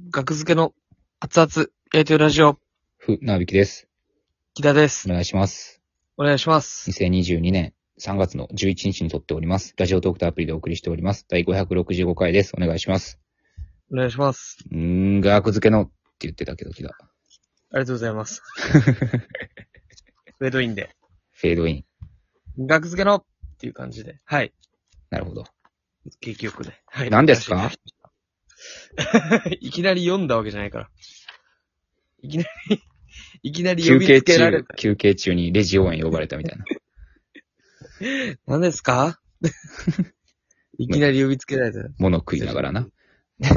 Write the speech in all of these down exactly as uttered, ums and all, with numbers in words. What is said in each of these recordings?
学付けの熱々焼いてるラジオ、 ふ、なびきです。 木田です。 お願いします。 お願いします。 にせんにじゅうにねんさんがつのじゅういちにちに撮っております。ラジオトークとアプリでお送りしております。だいごひゃくろくじゅうごかいです。お願いします。 お願いします。 うーん、学付けのって言ってたけど、木田。 ありがとうございます。フェードインで。 フェードイン。 学付けのっていう感じで。はい。 なるほど。 景気よくで。はい。 何ですかいきなり読んだわけじゃないから。いきなり、いきなり呼休憩びつけられ中、 た。 休憩中にレジ応援呼ばれたみたいな。 何ですかいきなり呼びつけられた。 物食いながらな。 何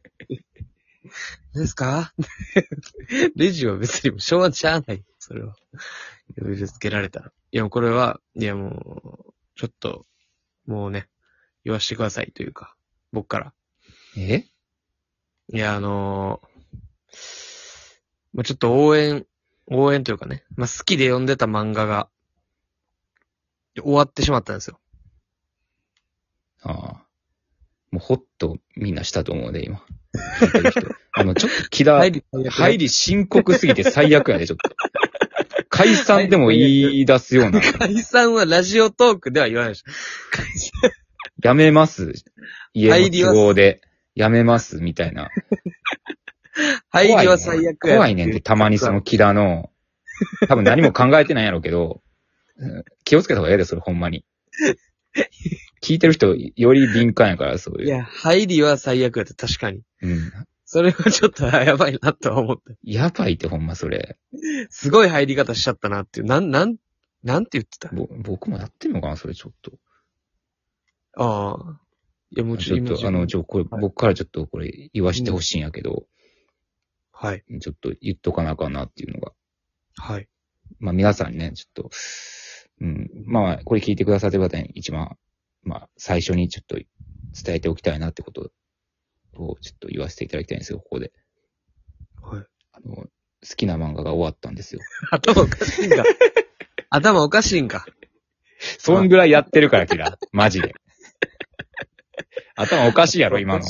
ですかレジは別にしょうがしゃあない。それは。呼びつけられたら。いや、これは、いやもう、ちょっと、もうね、言わしてくださいというか、僕から。 えいや、あのー、まあ、ちょっと応援、応援というかね、まあ、好きで読んでた漫画が、終わってしまったんですよ。 ああ。もうほっとみんなしたと思うで、今。聞いてる人。あの、ちょっと木田、 入り、 入り深刻すぎて最悪やで、ちょっと。解散でも言い出すような。 解散はラジオトークでは言わないでしょ。解散。 やめます。家の都合で。やめます、みたいな。 入りは最悪や。 怖いねんって、たまにその木田の、多分何も考えてないやろうけど、気をつけた方がええで、それほんまに。聞いてる人より敏感やから、そういう。 いや、入りは最悪やって、確かに。 うん。 それはちょっとやばいなとは思って。 やばいってほんまそれ。 すごい入り方しちゃったなっていう。なん、なん、なんて言ってたぼ僕もやってんのかな、それちょっと。 ああ。いや、もうちょっと、 ちょっと、あの、ちょ、これ、 はい僕からちょっとこれ言わしてほしいんやけど、 はい。 ちょっと言っとかなあかんなっていうのが。 はい。 まあ皆さんにね、ちょっと、うん、まあ、これ聞いてくださってる方に一番、まあ、最初にちょっと伝えておきたいなってことをちょっと言わせていただきたいんですよ、ここで。 はい。 あの、好きな漫画が終わったんですよ。 頭おかしいんか。頭おかしいんか。 そんぐらいやってるから、キラ。マジで。頭おかしいやろ、今の。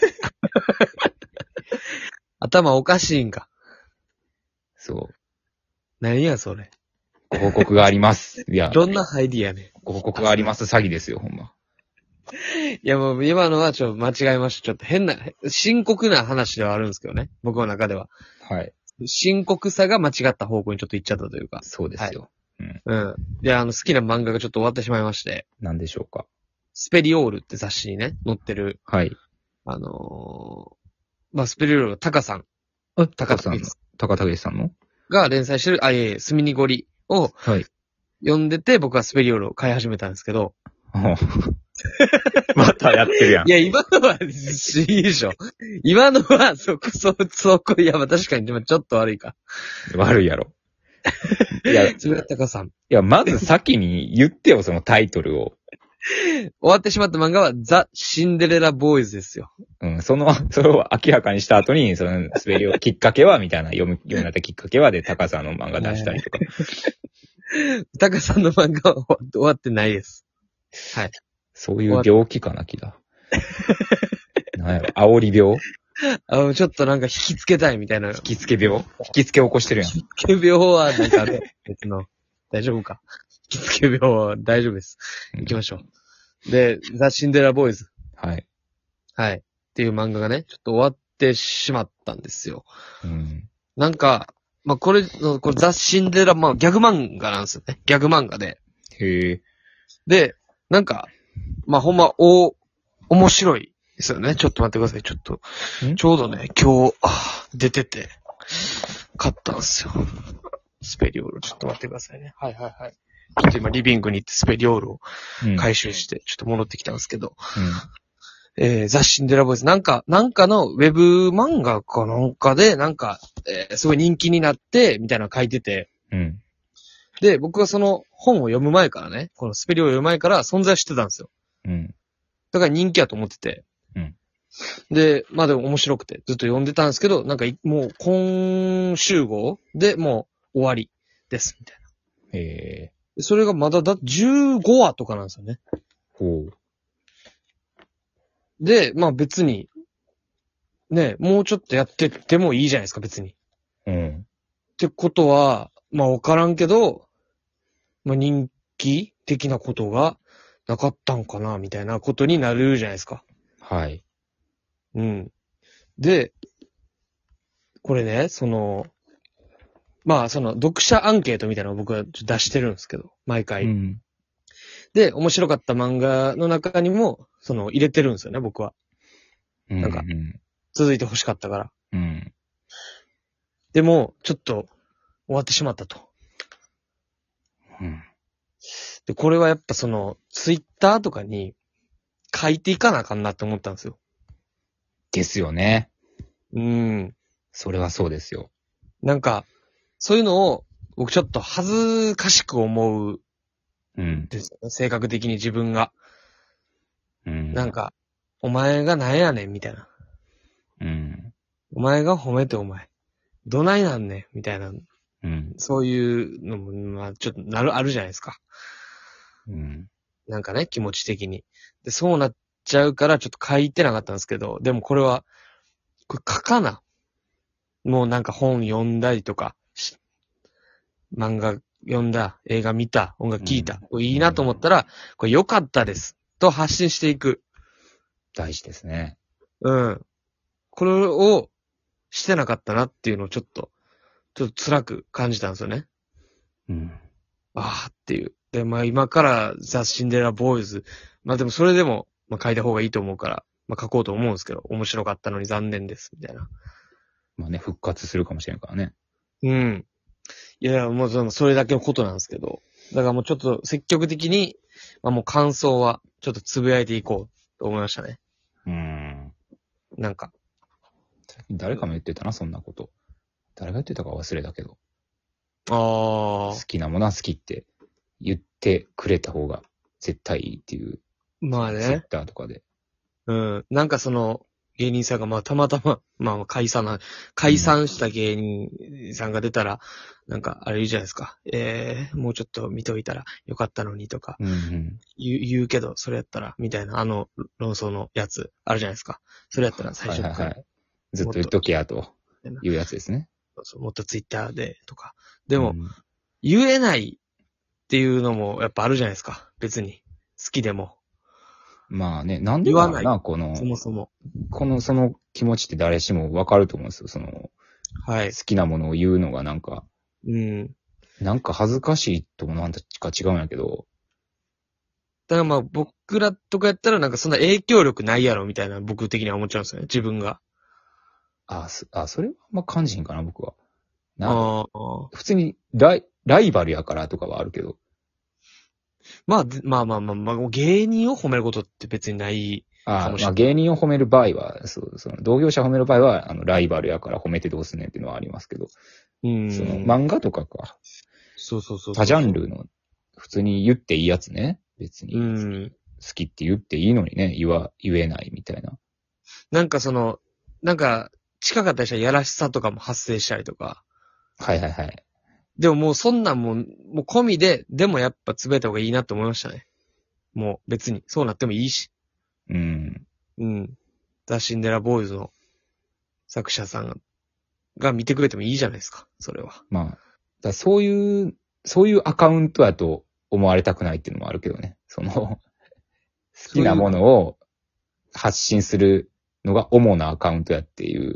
頭おかしいんか。 そう。 何や、それ。 ご報告があります。いや、 どんな入りやねん。 ご報告があります詐欺ですよ、ほんま。 いや、もう今のはちょっと間違えました。ちょっと変な、深刻な話ではあるんですけどね。僕の中では。 はい。 深刻さが間違った方向にちょっと行っちゃったというか。 そうですよ。 うん。で、あの、好きな漫画がちょっと終わってしまいまして。 何でしょうか。 スペリオールって雑誌にね、載ってる、 はい。 あのー、まあ、スペリオールがタカさんあ、高さんの高、 高竹さんのが連載してる、あ、いえいえ、スミニゴリをはい。 読んでて、僕はスペリオールを買い始めたんですけど。 またやってるやん。 いや、今のは、いいでしょ。今のは、そこ、そ、そこ、いや、まあ確かに、でもちょっと悪いか。 悪いやろ。いや、 つぶやたかさん。 いや、まず先に言ってよ、そのタイトルを。 終わってしまった漫画は、ザ・シンデレラ・ボーイズですよ。 うん、その、それを明らかにした後に、その、滑りを、きっかけは、みたいな、読む、読みなったきっかけはで、高さんの漫画出したりとか。 タカさんの漫画は終わってないです。はい。 そういう病気かな、気だ。なんやろ、煽り病あちょっとなんか引きつけたいみたいな。 引きつけ病引きつけ起こしてるやん。 引きつけ病は、なんかね、別の。大丈夫か。引きつけ病は大丈夫です。行きましょう。で、ザ・シンデレラ・ボーイズ。 はい。 はい。っていう漫画がね、ちょっと終わってしまったんですよ。 うん。 なんか、まあ、これ、これザ・シンデレラ、まあ、ギャグ漫画なんですよね。ギャグ漫画で。 へえ。 で、なんか、まあ、ほんま、お、面白いですよね。ちょっと待ってください。ちょっと、 んちょうどね、今日、あ出てて、買ったんですよ。スペリオール。ちょっと待ってくださいね。はいはいはい。ちょっと今、リビングに行ってスペリオールをうん。 回収して、ちょっと戻ってきたんですけど、 うん。 えー、ザ・シンデレラボーイズ。なんか、なんかのウェブ漫画かなんかで、なんか、えー、すごい人気になって、みたいなの書いてて、 うん。 で、僕はその本を読む前からね、このスペリオを読む前から存在してたんですよ。 うん。 だから人気やと思ってて。 うんで、まあでも面白くてずっと読んでたんですけど、なんかいもう今週号でもう終わりです、みたいな。 へえ。 でそれがまだだ、じゅうごわとかなんですよね。 ほう。 で、まあ別に、 ね、もうちょっとやってってもいいじゃないですか、別に。 うん。 ってことは、まあわからんけど、まあ人気的なことがなかったんかな、みたいなことになるじゃないですか。 はい。 うん。で、これね、その、まあその読者アンケートみたいなのを僕は出してるんですけど、毎回。 うん。 で、面白かった漫画の中にも、その入れてるんですよね、僕は。なんかうん。 続いて欲しかったから。 うん。 でも、ちょっと終わってしまったと。 うん。 で、これはやっぱその、ツイッターとかに書いていかなあかんなって思ったんですよ。 ですよね。 うーん。 それはそうですよ。 なんか、そういうのを、僕ちょっと恥ずかしく思ううん。 ですよね。性格的に自分が。 うん。 なんか、お前がなんやねんみたいな。 うん。 お前が褒めてお前。どないなんねんみたいな。 うん。 そういうのも、まあちょっとなる、あるじゃないですか。 うん。 なんかね、気持ち的に。で、そうなっちゃうからちょっと書いてなかったんですけど、でもこれは、これ書かな。もうなんか本読んだりとか、し漫画読んだ、映画見た、音楽聴いた、これいいなと思ったら、これ良かったです。と発信していく。 大事ですね。 うん。これをしてなかったなっていうのをちょっと、ちょっと辛く感じたんですよね。 うん。 ああっていう。で、まあ今からザ・シンデレラ・ボーイズ。まあでもそれでも、まあ書いた方がいいと思うから、まあ書こうと思うんですけど、面白かったのに残念です、みたいな。 まあね、復活するかもしれんからね。 うん。いや、もうそのそれだけのことなんですけど。だからもうちょっと積極的に、まあもう感想はちょっとつぶやいていこうと思いましたね。 うん。 なんか。 最近誰かも言ってたな、そんなこと。誰が言ってたか忘れたけど。 ああ。 好きなものは好きって言ってくれた方が絶対いいっていう。 まあツイッね。 ターとかで。 うん。なんかその、芸人さんがまあたまたま、まあ解散な、解散した芸人さんが出たら、なんかあれ言うじゃないですか。えー、もうちょっと見といたらよかったのにとかうんうん。 言う、言うけど、それやったら、みたいな、あの論争のやつあるじゃないですか。それやったら最初から、 はいはいはい。ずっと言っとけやというやつですね。 そうもっとツイッターでとか。でも、 うん言えないっていうのもやっぱあるじゃないですか。別に。好きでも。 まあね、なんで言わないだろうな、このそ、もそも。 この、その気持ちって誰しもわかると思うんですよ。その、 はい。 好きなものを言うのがなんか、 うん。 なんか恥ずかしいともなんか違うんやけど、 だからまあ僕らとかやったらなんかそんな影響力ないやろみたいな僕的には思っちゃうんですよね。自分が。 あ、そあ、それはあんま感じひんかな、僕は。な、 ああ。 普通にライ、ライバルやからとかはあるけど、 まあ、でまあまあまあまあ、芸人を褒めることって別にない。 あまあかもしれない芸人を褒める場合は、そう、その同業者褒める場合は、あの、ライバルやから褒めてどうすんねんっていうのはありますけど、 うん。 その漫画とかか、 そうそうそうそう。 他ジャンルの、普通に言っていいやつね。別うに、 ん。 好きって言っていいのにね、言わ、言えないみたいな。 なんかその、なんか、近かったりしたらやらしさとかも発生したりとか。 はいはいはい。 でももうそんなんもう、もう込みで、でもやっぱつぶやいた方がいいなと思いましたね。もう別に、そうなってもいいし。 うん。 うん。ザ・シンデレラボーイズの作者さんが見てくれてもいいじゃないですか、それは。 まあ、だそういう、そういうアカウントやと思われたくないっていうのもあるけどね。その、好きなものを発信するのが主なアカウントやっていう。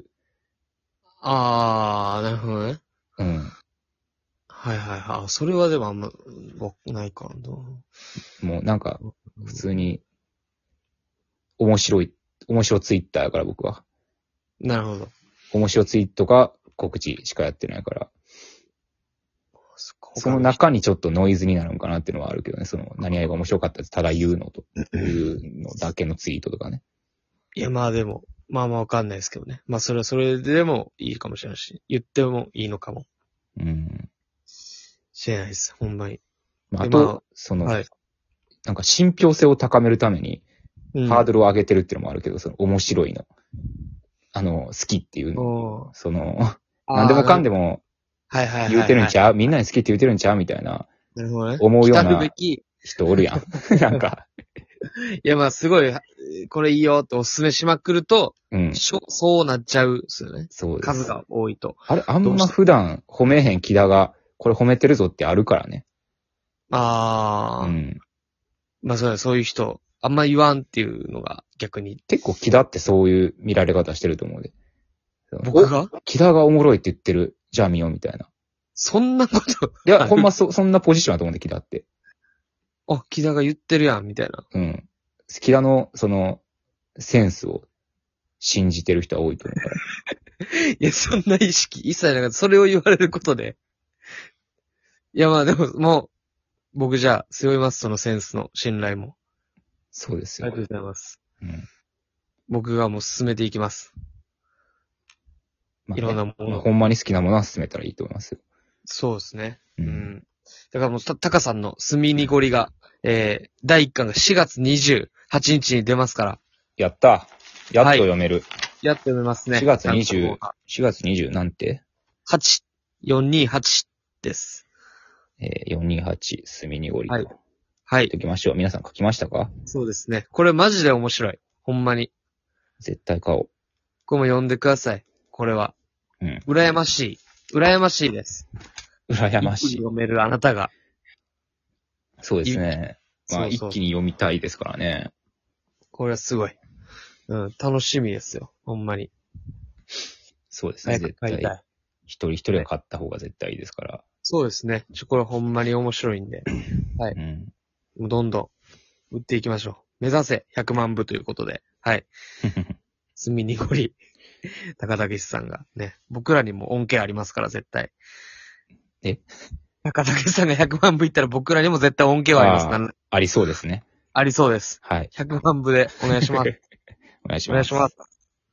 あー、なるほどね。 うん。 はいはいはい。それはでもあんま、わないかな。 もうなんか、普通に、面白い、面白ツイッターやから僕は。 なるほど。 面白ツイートか告知しかやってないから。 そっかその中にちょっとノイズになるのかなっていうのはあるけどね。その何々が面白かったってただ言うのと、いうのだけのツイートとかね。 いや、まあでも、まあまあわかんないですけどね。まあそれはそれでもいいかもしれないし、言ってもいいのかもうん。 しれないです。ほんまに。 まあ、あでまと、その、 はい。 なんか信憑性を高めるために、 うん、 ハードルを上げてるっていうのもあるけど、その面白いの。あの、好きっていうの。 おーその、何でもかんでもはいはいはいはい。 言うてるんちゃうみんなに好きって言うてるんちゃうみたいな、 なるほどね。 思うような来たるべき、 人おるやん。なんか、 いや、まあ、すごい、これいいよっておすすめしまくると、 うん。 しょそうなっちゃうっすよね。 そうです。 数が多いと。 あれ、あんま普段褒めへん木田が、これ褒めてるぞってあるからね。 ああ、 うん。 まあそうだ、そういう人、あんま言わんっていうのが逆に。 結構木田ってそういう見られ方してると思うで。 僕がお木田がおもろいって言ってる。じゃあ見ようみたいな。 そんなこと。 いや、ほんまそ、そんなポジションだと思うんで、木田って。 あ、木田が言ってるやん、みたいな。 うん。木田の、その、センスを信じてる人は多いと思うから。 いや、そんな意識一切なかった。それを言われることで。いや、まあでも、もう、僕じゃあ、背負います、そのセンスの信頼も。 そうですよ。 ありがとうございます。 うん。 僕がもう進めていきます。 まあねいろんなものまあほんまに好きなものは進めたらいいと思いますよ。 そうですね。 う。 うんん。だからもう、た、タカさんの墨にごりが、えー、だいいっかんがしがつにじゅうはちにちに出ますから、 やったやっと読める。 やってみますね。 しがつにじゅうちゃんとしがつにじゅうなんてはち、よんにはちです。 えー、よんにはち、墨にごりと。 はい言っはい。 ときましょう。皆さん書きましたか？ そうですね。これマジで面白い。ほんまに。 絶対買おう。 これも読んでください。これは。 うん。 羨ましい。羨ましいです。 羨ましい。 一気に読めるあなたが。 そうですね。まあ、 そうそう一気に読みたいですからね。 これはすごい。うん、楽しみですよ。ほんまに。 そうですね。 早く絶対。 買いたい。 一人一人は買った方が絶対いいですから。 そうですね。ちょ、これほんまに面白いんで。はい。 うん。 もうどんどん売っていきましょう。目指せひゃくまんぶということで。はい。墨にごり。高竹さんがね。僕らにも恩恵ありますから、絶対。 え高竹さんがひゃくまんぶいったら僕らにも絶対恩恵はあります。 あーなんありそうですね。 ありそうです。 はい。 ひゃくまんぶでお願いします。 お願いします。 お願いします。